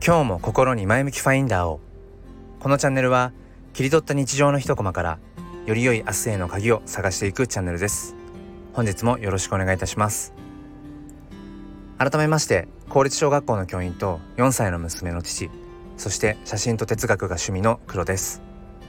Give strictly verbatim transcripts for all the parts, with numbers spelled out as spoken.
今日も心に前向きファインダーを。このチャンネルは切り取った日常の一コマからより良い明日への鍵を探していくチャンネルです。本日もよろしくお願いいたします。改めまして、公立小学校の教員とよんさいの娘の父、そして写真と哲学が趣味の黒です。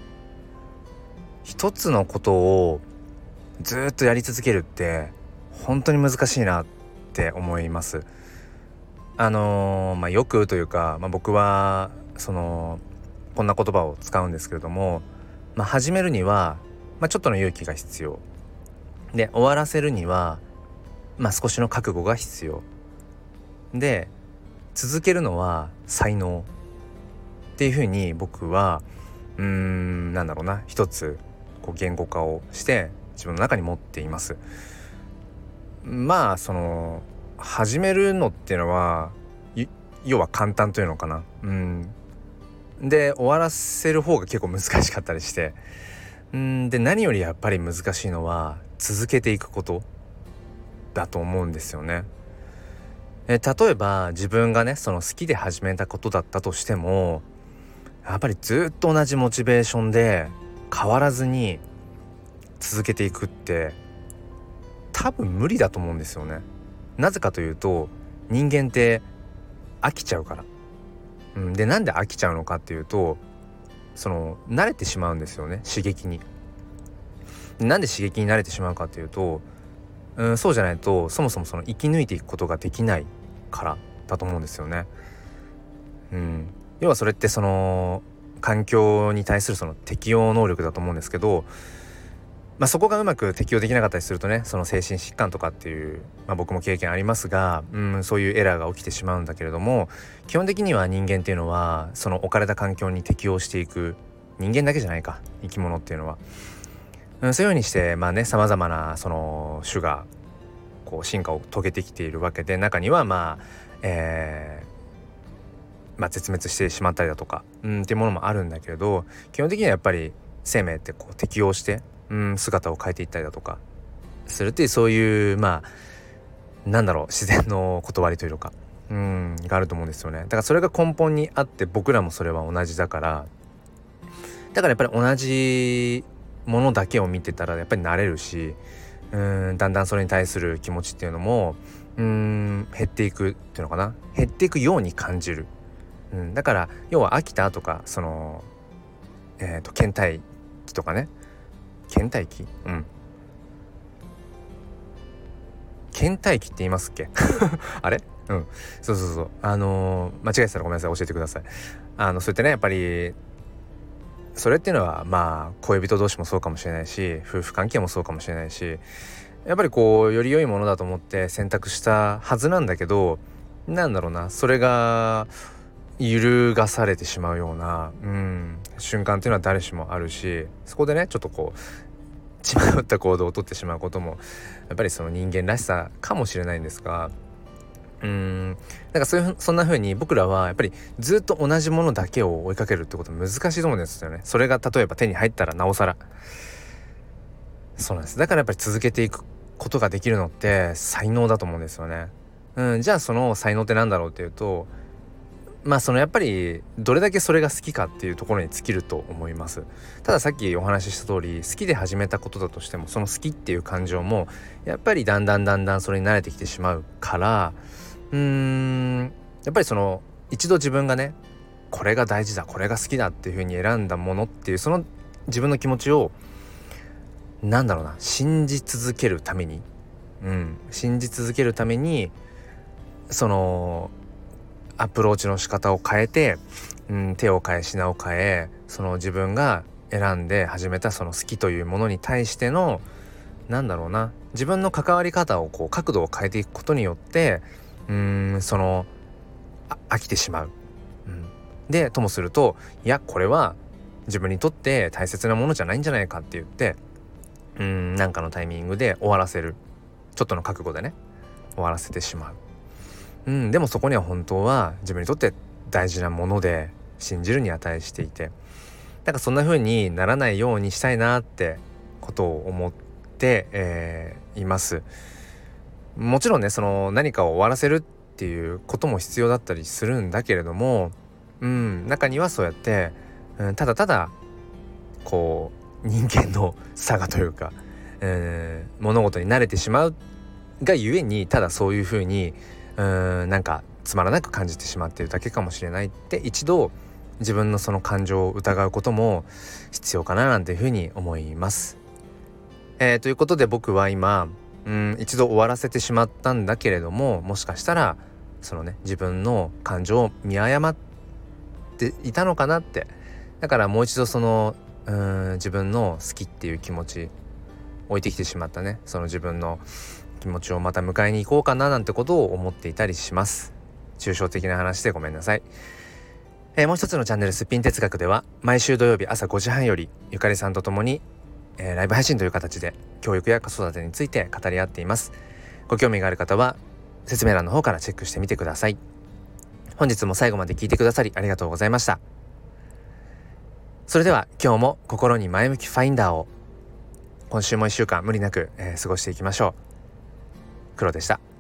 一つのことをずっとやり続けるって本当に難しいなって思います。あのー、まあよくというか、まあ、僕はそのこんな言葉を使うんですけれども、まあ、始めるには、まあ、ちょっとの勇気が必要で、終わらせるには、まあ、少しの覚悟が必要で、続けるのは才能っていうふうに僕はうーんなんだろうな一つこう言語化をして自分の中に持っています。まあその始めるのっていうのは要は簡単というのかな、うんで終わらせる方が結構難しかったりして、うんで何よりやっぱり難しいのは続けていくことだと思うんですよね。え例えば自分がねその好きで始めたことだったとしても、やっぱりずっと同じモチベーションで変わらずに続けていくって多分無理だと思うんですよね。なぜかというと人間って飽きちゃうから、うん、でなんで飽きちゃうのかっていうと、その慣れてしまうんですよね、刺激に。なんで刺激に慣れてしまうかっていうと、うん、そうじゃないとそもそもその生き抜いていくことができないからだと思うんですよね。うん、要はそれってその環境に対するその適応能力だと思うんですけど、まあ、そこがうまく適応できなかったりするとね、その精神疾患とかっていう、まあ、僕も経験ありますが、うん、そういうエラーが起きてしまうんだけれども、基本的には人間っていうのはその置かれた環境に適応していく、人間だけじゃないか、生き物っていうのは、うん、そういうようにしてまあね、さまざまなその種がこう進化を遂げてきているわけで、中にはまあ、えーまあ、絶滅してしまったりだとか、うん、っていうものもあるんだけれど、基本的にはやっぱり生命ってこう適応してうん、姿を変えていったりだとかするっていう、そういうまあなんだろう、自然の断りというか、うんがあると思うんですよね。だからそれが根本にあって、僕らもそれは同じだから、だからやっぱり同じものだけを見てたらやっぱり慣れるし、うんだんだんそれに対する気持ちっていうのもうん減っていくっていうのかな、減っていくように感じる。うん、だから要は飽きたとか、そのえーと倦怠期とかね、倦怠期うん倦怠期って言いますっけあれうんそうそうそう、あのー、間違えてたらごめんなさい、教えてください。あのそうやってね、やっぱりそれっていうのはまあ恋人同士もそうかもしれないし、夫婦関係もそうかもしれないし、やっぱりこうより良いものだと思って選択したはずなんだけど、なんだろうな、それが揺るがされてしまうような、うん、瞬間っていうのは誰しもあるし、そこでねちょっとこう血迷った行動をとってしまうこともやっぱりその人間らしさかもしれないんですが、うーんなんかそういうそんな風に僕らはやっぱりずっと同じものだけを追いかけるってこと難しいと思うんですよね。それが例えば手に入ったらなおさらそうなんです。だからやっぱり続けていくことができるのって才能だと思うんですよね。うん、じゃあその才能ってなんだろうっていうと、まあそのやっぱりどれだけそれが好きかっていうところに尽きると思います。たださっきお話しした通り、好きで始めたことだとしても、その好きっていう感情もやっぱりだんだんだんだんそれに慣れてきてしまうから、うーんやっぱりその一度自分がねこれが大事だ、これが好きだっていう風に選んだものっていう、その自分の気持ちをなんだろうな、信じ続けるために、うん信じ続けるためにそのアプローチの仕方を変えて、うん、手を変え品を変え、その自分が選んで始めたその好きというものに対してのなんだろうな、自分の関わり方をこう角度を変えていくことによって、うーんその飽きてしまう、うん、でともすると、いやこれは自分にとって大切なものじゃないんじゃないかって言って、うーんなんかのタイミングで終わらせる、ちょっとの覚悟でね終わらせてしまう。うん、でもそこには本当は自分にとって大事なもので、信じるに値していて、なんかそんな風にならないようにしたいなってことを思って、えー、います。もちろんねその何かを終わらせるっていうことも必要だったりするんだけれども、 うん、中にはそうやって、うん、ただただこう人間の差がというか、えー、物事に慣れてしまうがゆえにただそういう風にうんなんかつまらなく感じてしまっているだけかもしれないって一度自分のその感情を疑うことも必要かななんていう風に思います。えー、ということで僕は今うん一度終わらせてしまったんだけれども、もしかしたらそのね自分の感情を見誤っていたのかなって。だからもう一度そのうん自分の好きっていう気持ち置いてきてしまったねその自分の気持ちをまた迎えに行こうかななんてことを思っていたりします。抽象的な話でごめんなさい。えー、もう一つのチャンネルすっぴん哲学では毎週土曜日朝ごじはんよりゆかりさんと共に、えー、ライブ配信という形で教育や子育てについて語り合っています。ご興味がある方は説明欄の方からチェックしてみてください。本日も最後まで聞いてくださりありがとうございました。それでは今日も心に前向きファインダーを今週も一週間無理なく、えー、過ごしていきましょう。黒でした。